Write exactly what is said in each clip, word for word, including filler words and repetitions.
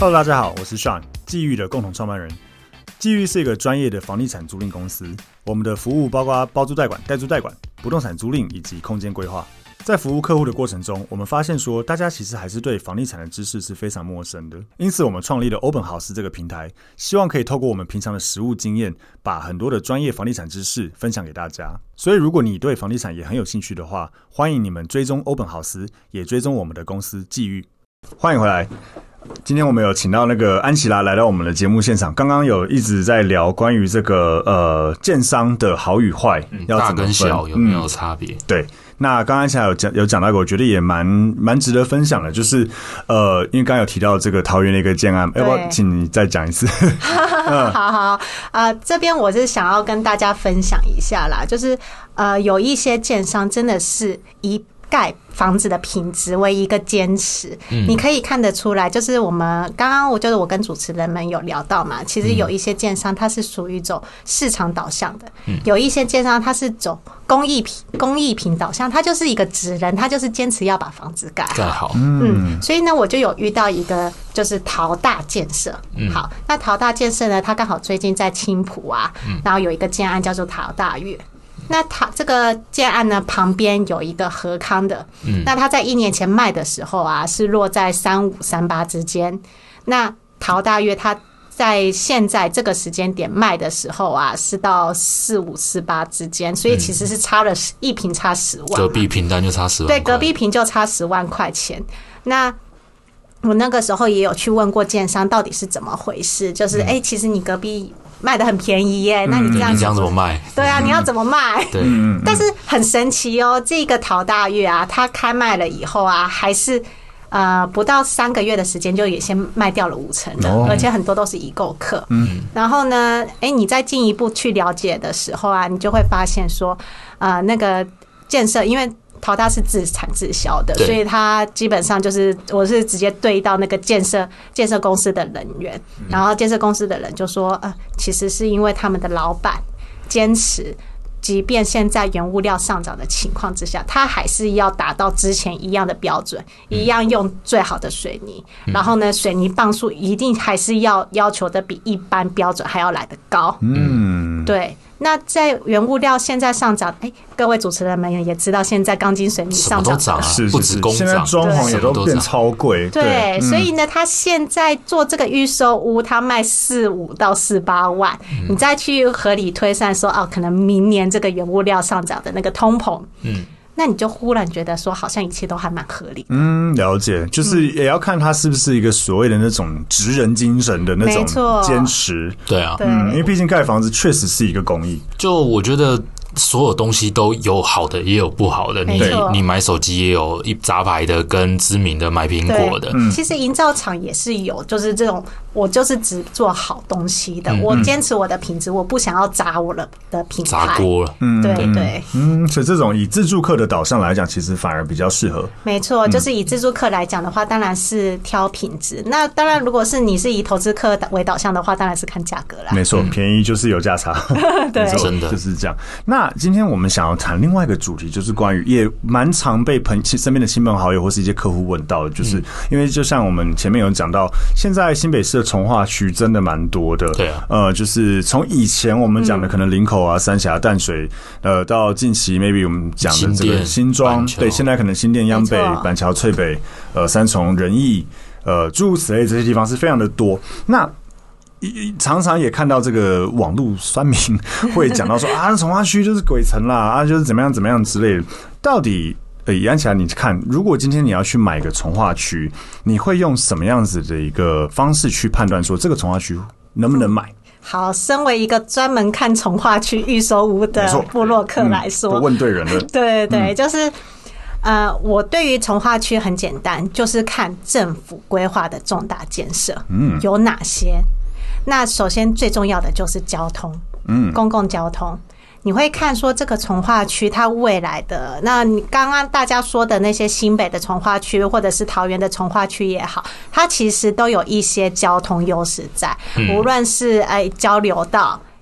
Hello， 大家好，我是 Sean， 际遇的共同创办人。际遇是一个专业的房地产租赁公司，我们的服务包括包租代管、代租代管、不动产租赁以及空间规划。在服务客户的过程中，我们发现说，大家其实还是对房地产的知识是非常陌生的，因此我们创立了 Open House 这个平台，希望可以透过我们平常的实务经验，把很多的专业房地产知识分享给大家。所以如果你对房地产也很有兴趣的话，欢迎你们追踪 Open House， 也追踪我们的公司际遇。欢迎回来。今天我们有请到那个安琪拉来到我们的节目现场，刚刚有一直在聊关于这个呃建商的好与坏， 嗯、 要怎么分大跟小有没有差别、嗯？ 对，那刚刚安琪拉有讲有讲到一个，我觉得也蛮蛮值得分享的，就是呃，因为刚刚有提到这个桃园的一个建案，要不要请你再讲一次？ 嗯、好好啊、呃，这边我是想要跟大家分享一下啦，就是呃，有一些建商真的是以盖房子的品质为一个坚持、嗯、你可以看得出来，就是我们刚刚我就是我跟主持人们有聊到嘛，其实有一些建商它是属于走市场导向的、嗯、有一些建商它是走工艺品工艺品导向，它就是一个职人，他就是坚持要把房子盖好盖好。 嗯，所以呢我就有遇到一个就是陶大建设、嗯、好，那陶大建设呢，它刚好最近在青埔啊、嗯、然后有一个建案叫做陶大悦，那它这个建案呢，旁边有一个和康的，嗯，那它在一年前卖的时候啊，是落在三五三八之间。那陶大悦它在现在这个时间点卖的时候啊，是到四五四八之间，所以其实是差了一坪差十万， 隔壁坪单就差十万， 对，隔壁坪就差十万块钱。那我那个时候也有去问过建商到底是怎么回事，就是哎、嗯欸，其实你隔壁卖得很便宜耶，那你这样你这样怎么卖？ 对啊，你要怎么卖？ 对， 但是很神奇哦，这个陶大悦啊，它开卖了以后啊，还是呃不到三个月的时间就也先卖掉了五成的，而且很多都是已购客。嗯，然后呢，哎，你再进一步去了解的时候啊，你就会发现说，呃，那个建设因为陶大是自产自销的，所以他基本上就是我是直接对到那个建设建设公司的人员，然后建设公司的人就说，呃，其实是因为他们的老板坚持，即便现在原物料上涨的情况之下，他还是要达到之前一样的标准，一样用最好的水泥，然后呢，水泥磅数一定还是要要求的比一般标准还要来得高。嗯，对。那在原物料现在上涨，哎、欸，各位主持人们也知道，现在钢筋水泥上涨， 涨啊， 是不止工厂，现在装潢也都变超贵。 对，对嗯、所以呢，他现在做这个预售屋，他卖四五到四八万、嗯，你再去合理推算说，哦，可能明年这个原物料上涨的那个通膨，嗯。那你就忽然觉得说，好像一切都还蛮合理。 嗯，了解，就是也要看他是不是一个所谓的那种职人精神的那种坚持。 对啊， 嗯，因为毕竟盖房子确实是一个工艺。 就我觉得所有东西都有好的，也有不好的。你你买手机也有一杂牌的，跟知名的买苹果的。 嗯，其实营造厂也是有，就是这种。我就是只做好东西的，嗯、我坚持我的品质，我不想要砸我的品牌。 砸锅了， 嗯，对对， 嗯，所以这种以自住客的导向来讲，其实反而比较适合。 没错，就是以自住客来讲的话，当然是挑品质。那当然，如果是你是以投资客为导向的话，当然是看价格啦。 没错，便宜就是有价差， 对， 真的就是这样。那今天我们想要谈另外一个主题，就是关于也蛮常被朋身边的亲朋好友或是一些客户问到的，就是因为就像我们前面有讲到，现在新北市的重划区真的蛮多的， 对啊， 呃，就是从以前我们讲的可能林口啊、三峡、淡水，呃，到近期 maybe 我们讲的这个新庄，对，现在可能新店、央北、板桥、翠北、呃，三重、仁义，呃，诸如此类这些地方是非常的多。那常常也看到这个网络酸民会讲到说啊，重划区就是鬼城啦，啊，就是怎么样怎么样之类的，到底？呃，安琪拉，你看，如果今天你要去买个重划区，你会用什么样子的一个方式去判断说这个重划区能不能买？ 好，身为一个专门看重划区预售屋的部落客来说， 嗯、问对人了。 对对，嗯、就是呃，我对于重划区很简单，就是看政府规划的重大建设，嗯，有哪些。那首先最重要的就是交通，嗯，公共交通。你会看说这个重划区它未来的，那你刚刚大家说的那些新北的重划区或者是桃园的重划区也好，它其实都有一些交通优势在，无论是哎交流道。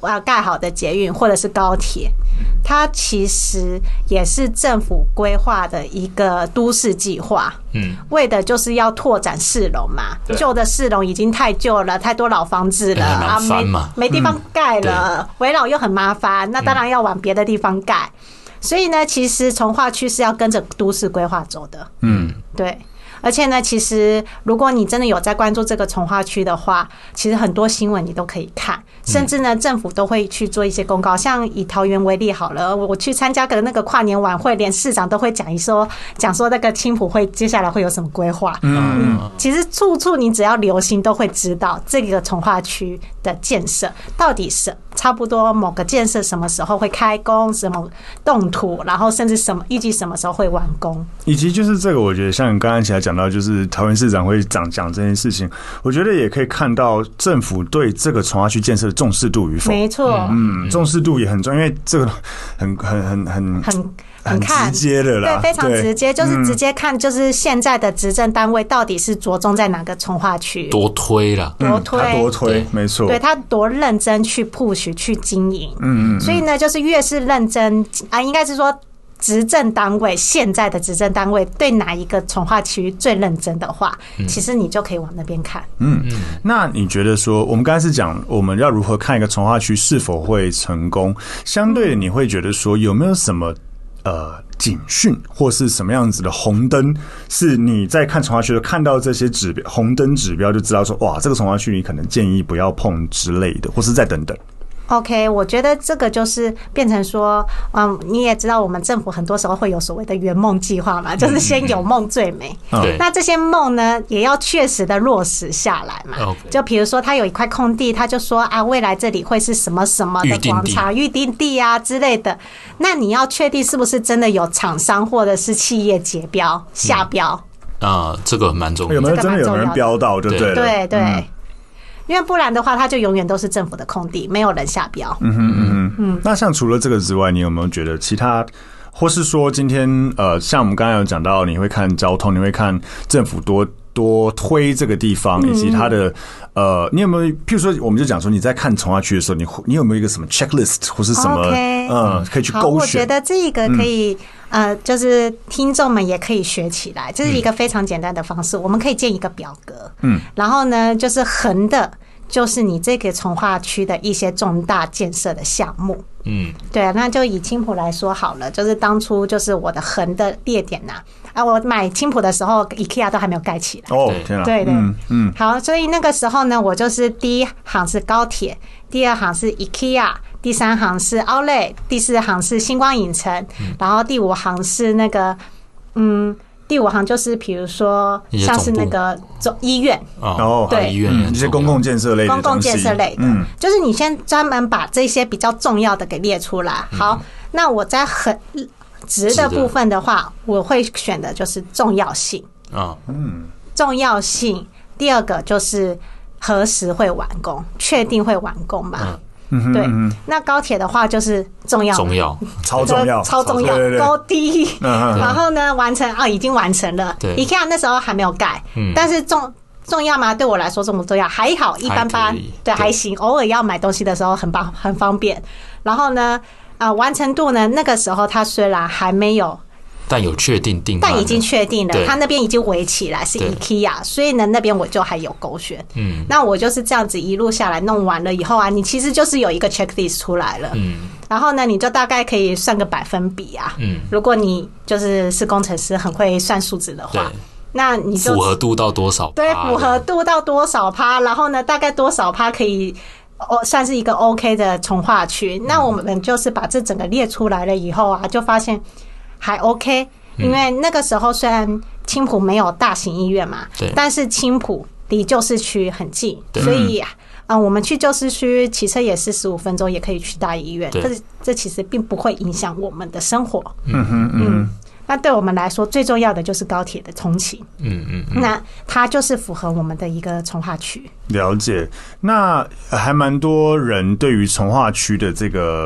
呃盖好的捷运或者是高铁，它其实也是政府规划的一个都市计划，嗯，为的就是要拓展市容嘛。旧的市容已经太旧了，太多老房子了啊，没没地方盖了，围绕又很麻烦，那当然要往别的地方盖。所以呢，其实从化区是要跟着都市规划走的，嗯，对。而且呢，其实如果你真的有在关注这个从化区的话，其实很多新闻你都可以看，甚至呢，政府都会去做一些公告。像以桃园为例好了，我去参加个那个跨年晚会，连市长都会讲一说，讲说那个青埔会接下来会有什么规划。嗯，其实处处你只要留心，都会知道这个从化区的建设到底是差不多某个建设什么时候会开工，什么动土，然后甚至什么预计什么时候会完工， 以及就是这个，我觉得像你刚刚起来讲到，就是桃园市长会讲讲这件事情，我觉得也可以看到政府对这个从化区建设的重视度与否。 没错， 嗯，重视度也很重要，因为这个很很很很很。 很直接的啦， 对，非常直接，就是直接看，就是现在的执政单位到底是着重在哪个从化区， 多推啦， 多推， 他多推，没错， 对他多认真去 push 去经营，嗯嗯，所以呢，就是越是认真啊，应该是说执政单位现在的执政单位对哪一个从化区最认真的话，其实你就可以往那边看。 嗯，那你觉得说，我们刚才是讲我们要如何看一个从化区是否会成功？相对的，你会觉得说有没有什么？呃，警讯或是什么样子的红灯，是你在看从化区的看到这些指标红灯指标就知道说，哇，这个从化区你可能建议不要碰之类的，或是再等等。 OK， 我觉得这个就是变成说，嗯，你也知道，我们政府很多时候会有所谓的圆梦计划嘛，就是先有梦最美。 对。 那这些梦呢，也要确实的落实下来嘛。就比如说，他有一块空地，他就说啊，未来这里会是什么什么的广场、预定地啊之类的。那你要确定是不是真的有厂商或者是企业结标下标啊、呃？这个蛮重要， 有没有真的有人标到就对了？ 对对。嗯，因为不然的话，它就永远都是政府的空地，没有人下标。 嗯哼嗯哼嗯。那像除了这个之外，你有没有觉得其他，或是说今天呃，像我们刚才有讲到，你会看交通，你会看政府多多推这个地方，以及它的呃，你有没有？譬如说，我们就讲说你在看从化区的时候，你你有没有一个什么 checklist 或是什么 okay, 嗯，可以去勾选？好， 我觉得这个可以。嗯呃，就是听众们也可以学起来，这是一个非常简单的方式。我们可以建一个表格，嗯，然后呢，就是横的，就是你这个从化区的一些重大建设的项目，嗯，对啊，那就以青埔来说好了，就是当初就是我的横的列点呐、啊，啊，我买青埔的时候 ，IKEA 都还没有盖起来， 哦，天啊， 对对， 嗯嗯， 好，所以那个时候呢，我就是第一行是高铁，第二行是 IKEA。第三行是 Outlet， 第四行是星光影城，然后第五行是那个，嗯，第五行就是比如说像是那个医院哦，对，医院一些公共建设类的公共建设类的，嗯，就是你先专门把这些比较重要的给列出来。好，那我在很直的部分的话，我会选的就是重要性啊，嗯，重要性。第二个就是何时会完工，确定会完工嘛。对，那高铁的话就是重要， 重要， 超重要， 超重要，高低，然后呢，完成啊，已经完成了。IKEA 那时候还没有盖，但是重重要吗？对我来说重不重要？还好，一般般，对，还行。偶尔要买东西的时候很方很方便。然后呢，啊，完成度呢，那个时候它虽然还没有。 但有确定定， 但已经确定了，他那边已经围起来是 IKEA， 所以呢那边我就还有勾选。嗯，那我就是这样子一路下来弄完了以后啊，你其实就是有一个 checklist 出来了。嗯，然后呢，你就大概可以算个百分比啊。嗯，如果你就是是工程师，很会算数字的话，那你就符合度到多少趴？ 对，符合度到多少趴？然后呢，大概多少趴可以？哦，算是一个 OK 的从化区。那我们就是把这整个列出来了以后啊，就发现。还 OK， 因为那个时候虽然青埔没有大型医院嘛，但是青埔离旧市区很近，所以啊、呃，我们去旧市区骑车也是十五分钟，也可以去大医院。这这其实并不会影响我们的生活。嗯嗯嗯。那对我们来说，最重要的就是高铁的通勤。嗯嗯。那它就是符合我们的一个从化区。 了解。那还蛮多人对于从化区的这个。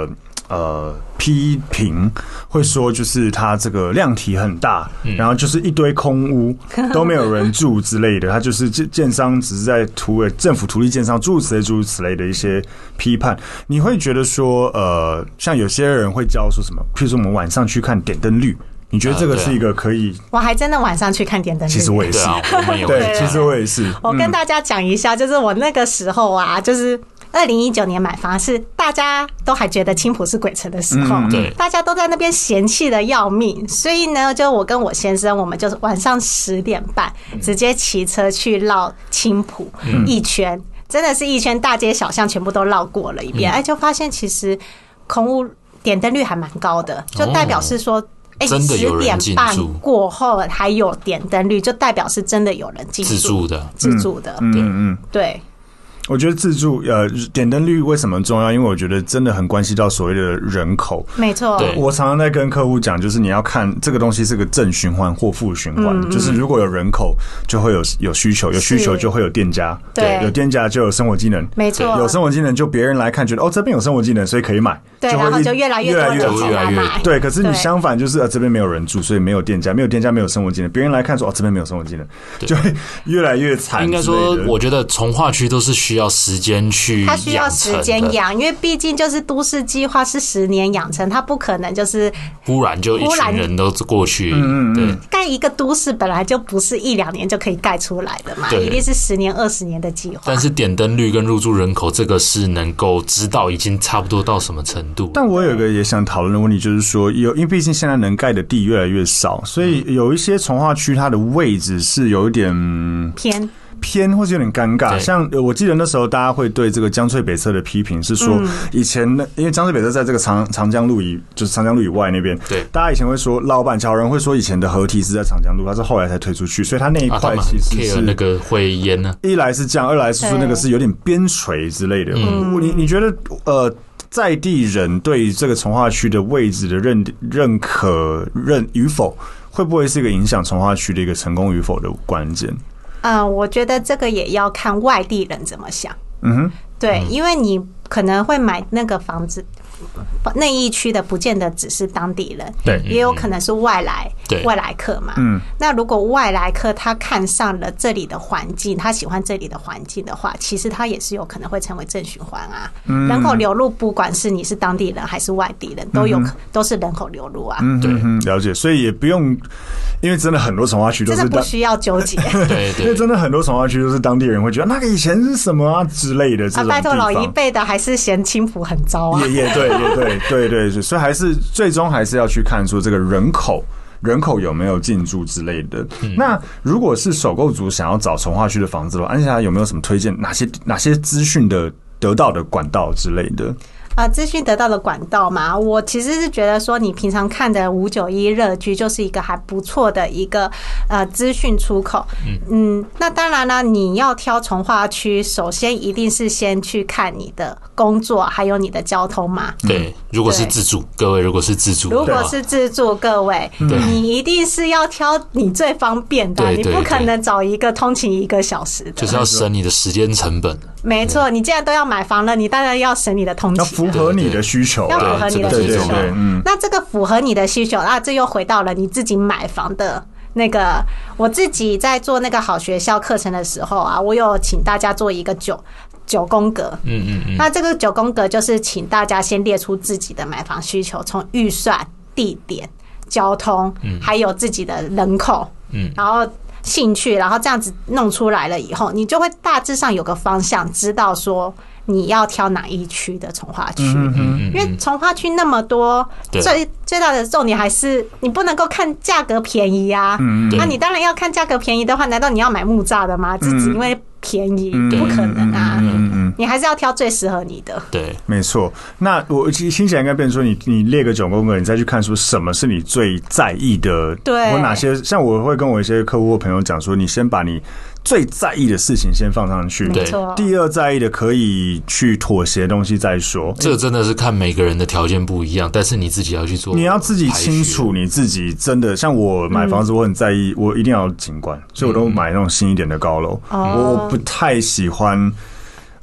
呃批评，会说就是它这个量体很大， 嗯、 然后就是一堆空屋都没有人住之类的，它就是建商只是在图政府图利建商诸如此类诸如此类的一些批判。你会觉得说，呃，像有些人会教说什么，譬如说我们晚上去看点灯率。你觉得这个是一个可以？ 我还真的晚上去看点灯率。 其实我也是， 对， 对，其实我也是。 我跟大家讲一下，就是我那个时候啊，就是二零一九年买房，是大家都还觉得青埔是鬼城的时候， 嗯、对， 大家都在那边嫌弃的要命，所以呢，就我跟我先生，我们就是晚上十点半直接骑车去绕青埔一圈，嗯、真的是一圈大街小巷全部都绕过了一遍，哎、嗯，就发现其实空屋点灯率还蛮高的，就代表是说。哎，十点半过后还有点灯率，就代表是真的有人进驻自住的， 自住的， 嗯嗯， 对。 我觉得自住呃点灯率为什么重要？因为我觉得真的很关系到所谓的人口。 没错， 我常常在跟客户讲，就是你要看这个东西是个正循环或负循环，嗯、就是如果有人口就会有有需求，有需求就会有店家， 对， 有店家就有生活机能， 没错， 有生活机能就别人来看觉得哦这边有生活机能，所以可以买， 对，然后就越来越多人进来买。 对，可是你相反就是呃这边没有人住，所以没有店家，没有店家没有生活机能，别人来看说哦这边没有生活机能，就会越来越惨。 应该说，我觉得从化区都是需要时间去。 它需要时间养，因为毕竟就是都市计划是十年养成，它不可能就是忽然就一群人都过去。 嗯对， 盖一个都市本来就不是一两年就可以盖出来的嘛，一定是十年、二十年的计划。 但是点灯率跟入住人口这个是能够知道已经差不多到什么程度。 但我有一个也想讨论的问题，就是说有，因为毕竟现在能盖的地越来越少，所以有一些从化区它的位置是有一点偏。 偏或是有点尴尬，像我记得那时候大家会对这个江翠北侧的批评是说，以前呢，因为江翠北侧在这个长长江路以就是长江路以外那边， 对， 大家以前会说老板桥人会说以前的河堤是在长江路，他是后来才推出去，所以他那一块其实是、 啊、那个会淹呢。 一来是这样，二来是说那个是有点边陲之类的。嗯，你你觉得呃？在地人对这个从化区的位置的认认可认与否，会不会是一个影响从化区的一个成功与否的关键？ 嗯，我觉得这个也要看外地人怎么想。 嗯哼， 对，因为你可能会买那个房子，那一区的不见得只是当地人， 对， 也有可能是外来，外来客嘛。嗯，那如果外来客他看上了这里的环境，他喜欢这里的环境的话，其实他也是有可能会成为正循环啊。嗯，人口流入，不管是你是当地人还是外地人，都有可都是人口流入啊。 嗯，对，了解，所以也不用。因为真的很多从化区都是真的不需要纠结， 对对， 因为真的很多从化区都是当地人会觉得那个以前是什么啊之类的这种地方。 啊，拜托老一辈的还是嫌青埔很糟啊。 也也对，也对，对对对，所以还是最终还是要去看说这个人口。人口有没有进驻之类的？嗯、那如果是首购族想要找从化区的房子的话，安霞有没有什么推荐？哪些哪些资讯的得到的管道之类的？ 啊，资讯得到的管道嘛，我其实是觉得说，你平常看的五九一热居就是一个还不错的一个呃资讯出口。嗯，那当然了，你要挑从化区，首先一定是先去看你的工作，还有你的交通嘛。 对，如果是自住，各位如果是自住， 如果是自住，各位，你一定是要挑你最方便的，你不可能找一个通勤一个小时的， 就是要省你的时间成本。 没错，你既然都要买房了，你当然要省你的通勤， 要符合你的需求， 要符合你的需求。 嗯， 那这个符合你的需求，那这又回到了你自己买房的那个。我自己在做那个好学校课程的时候啊，我有请大家做一个九九宫格。 嗯嗯嗯。 那这个九宫格就是请大家先列出自己的买房需求，从预算、地点、交通，还有自己的人口，嗯，然后兴趣，然后这样子弄出来了以后，你就会大致上有个方向，知道说你要挑哪一区的从化区。因为从化区那么多，最最大的重点还是你不能够看价格便宜啊。那你当然要看价格便宜的话，难道你要买木栅的吗？只只因为便宜，不可能啊！你还是要挑最适合你的。 对， 没错。那我听起来应该变成说，你你列个九宫格，你再去看说什么是你最在意的， 对， 或哪些。像我会跟我一些客户或朋友讲说，你先把你最在意的事情先放上去， 没错。 第二在意的可以去妥协的东西再说。 这个真的是看每个人的条件不一样，但是你自己要去做， 你要自己清楚你自己真的。像我买房子，我很在意，我一定要景观，所以我都买那种新一点的高楼。我不太喜欢。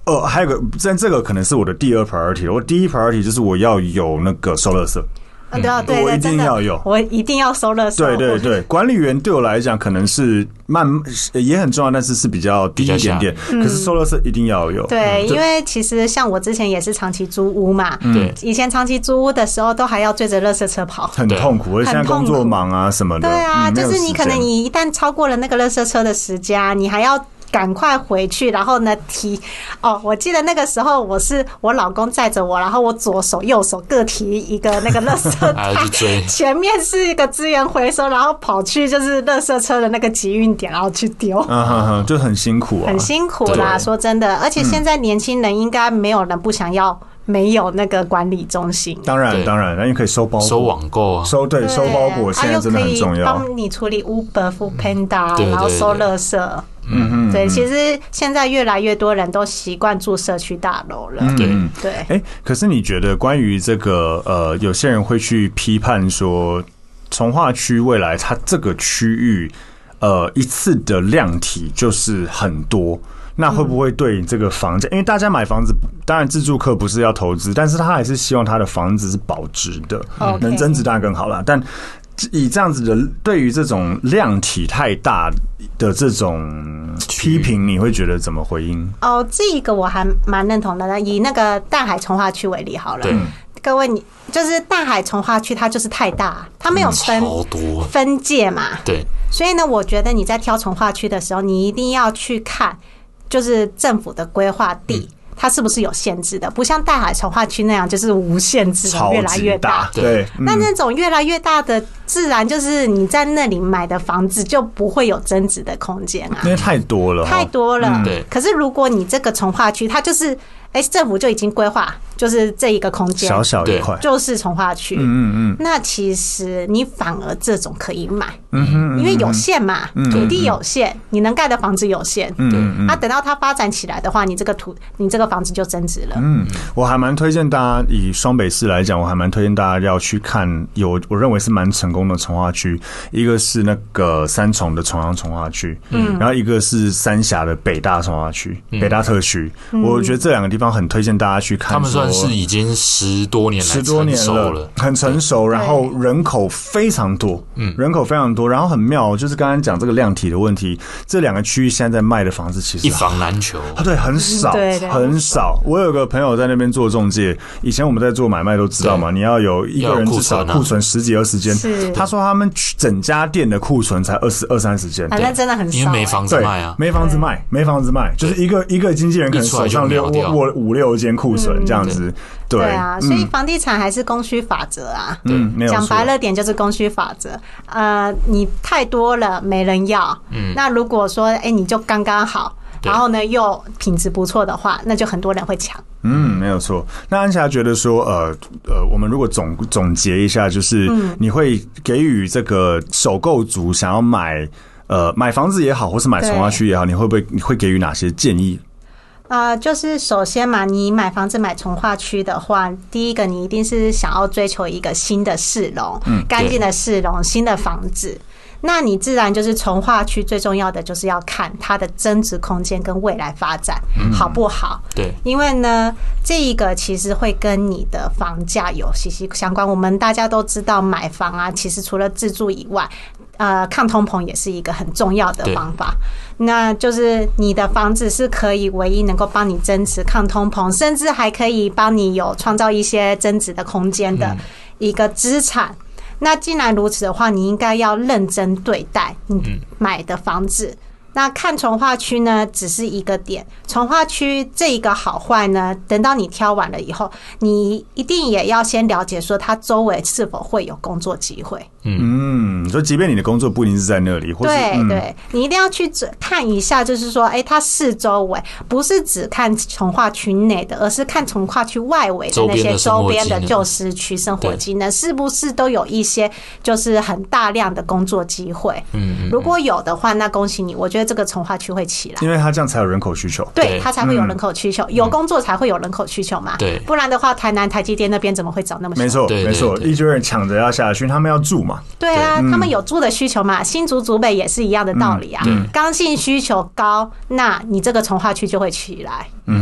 呃，还有个，但这个可能是我的第二 priority， 我第一 priority 就是我要有那个收垃圾。 嗯，对啊，对， 我一定要有， 我一定要收垃圾。 对对对，管理员对我来讲可能是慢也很重要，但是是比较低一点点。可是收垃圾一定要有。 对，因为其实像我之前也是长期租屋嘛， 对， 以前长期租屋的时候都还要追着垃圾车跑， 很痛苦。而且现在工作忙啊什么的， 对啊，就是你可能你一旦超过了那个垃圾车的时间，你还要赶快回去，然后呢提哦，我记得那个时候我是我老公载着我，然后我左手右手各提一个那个垃圾袋，前面是一个资源回收，然后跑去就是垃圾车的那个集运点，然后去丢， 嗯哼哼，就很辛苦啊， 很辛苦啦，说真的，而且现在年轻人应该没有人不想要。没有那个管理中心， 当然当然，那你可以收包裹、 收网购啊， 收对收包裹，现在真的很重要。 帮你处理 Uber、Foodpanda， 然后收垃圾。嗯嗯，对，其实现在越来越多人都习惯住社区大楼了。 对对。 哎，可是你觉得关于这个呃，有些人会去批判说，从化区未来它这个区域呃一次的量体就是很多。那会不会对这个房价？因为大家买房子，当然自住客不是要投资，但是他还是希望他的房子是保值的，能增值当然更好啦。但以这样子的，对于这种量体太大的这种批评，你会觉得怎么回应？哦， 这个我还蛮认同的。以那个淡海从化区为例好了，各位，你就是淡海从化区，它就是太大，它没有分分界嘛， 对。 所以呢，我觉得你在挑从化区的时候，你一定要去看。就是政府的规划地，它是不是有限制的？不像淡海从化区那样，就是无限制的，越来越大。 对， 那那种越来越大的，自然就是你在那里买的房子就不会有增值的空间啊， 因为太多了， 太多了。 对。 可是如果你这个从化区，它就是哎，政府就已经规划，就是这一个空间小小一块， 就是从化区。嗯嗯嗯。那其实你反而这种可以买，嗯哼，因为有限嘛，土地有限，你能盖的房子有限。嗯嗯。那等到它发展起来的话，你这个土，你这个房子就增值了。 嗯，我还蛮推荐大家，以双北市来讲，我还蛮推荐大家要去看，有我认为是蛮成功的从化区，一个是那个三重的重阳从化区，嗯，然后一个是三峡的北大从化区，北大特区。我觉得这两个地方很推荐大家去看， 他们算是已经十多年来十多年了，很成熟，然后人口非常多，嗯，人口非常多，然后很妙，就是刚刚讲这个量体的问题，这两个区域现在在卖的房子其实一房难求， 对，很少，很少。我有个朋友在那边做中介，以前我们在做买卖都知道嘛，你要有一个人至少库存十几二十间，他说他们整家店的库存才二十二三十间， 那真的很少， 因为没房子卖啊， 没房子卖，没房子卖，就是一个一个经纪人可能手上六握五六间库存这样子，对啊，所以房地产还是供需法则啊，嗯，讲白了点就是供需法则，呃，你太多了没人要，嗯，那如果说哎你就刚刚好。然后呢，又品质不错的话，那就很多人会抢。 嗯，没有错。那安霞觉得说，呃呃，我们如果总总结一下，就是你会给予这个首购族想要买呃买房子也好，或是买从化区也好，你会不会你会给予哪些建议？ 呃，就是首先嘛，你买房子买从化区的话，第一个你一定是想要追求一个新的市容，嗯，干净的市容，新的房子。那你自然就是从化区最重要的就是要看它的增值空间跟未来发展好不好？ 对， 因为呢，这一个其实会跟你的房价有息息相关。我们大家都知道，买房啊，其实除了自住以外，呃，抗通膨也是一个很重要的方法。那就是你的房子是可以唯一能够帮你增值、抗通膨，甚至还可以帮你有创造一些增值的空间的一个资产。那既然如此的话，你应该要认真对待你买的房子。那看从化区呢，只是一个点。从化区这一个好坏呢，等到你挑完了以后，你一定也要先了解说它周围是否会有工作机会。 嗯，所以即便你的工作不一定是在那里，或是对对，你一定要去看一下，就是说，哎，它四周围不是只看从化区内的，而是看从化区外围的那些周边的旧市区生活机能，是不是都有一些就是很大量的工作机会？嗯，如果有的话，那恭喜你，我觉得这个从化区会起来， 因为它这样才有人口需求， 对，它才会有人口需求，有工作才会有人口需求嘛， 对， 不然的话，台南台积电那边怎么会找那么少？ 没错，没错，一堆人抢着要下去，他们要住嘛。 对啊，他们有住的需求嘛，新竹竹北也是一样的道理啊。刚性需求高，那你这个从化区就会起来。 嗯嗯嗯，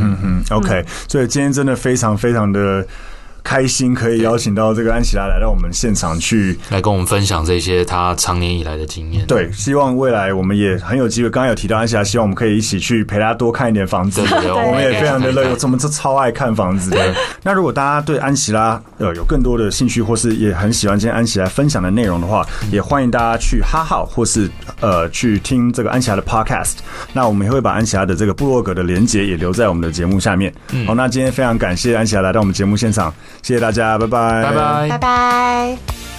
，OK，、嗯、所以今天真的非常非常的开心，可以邀请到这个安琪拉来到我们现场去， 来跟我们分享这些他长年以来的经验。 对，希望未来我们也很有机会。刚刚有提到安琪拉，希望我们可以一起去陪他多看一点房子。 对对对， 我们也非常的乐意，我们超爱看房子的。那如果大家对安琪拉呃有更多的兴趣，或是也很喜欢今天安琪拉分享的内容的话，也欢迎大家去哈号或是呃去听这个安琪拉的 podcast。那我们也会把安琪拉的这个部落格的连结也留在我们的节目下面。嗯、好，那今天非常感谢安琪拉来到我们节目现场。谢谢大家，拜拜， 拜拜， 拜拜。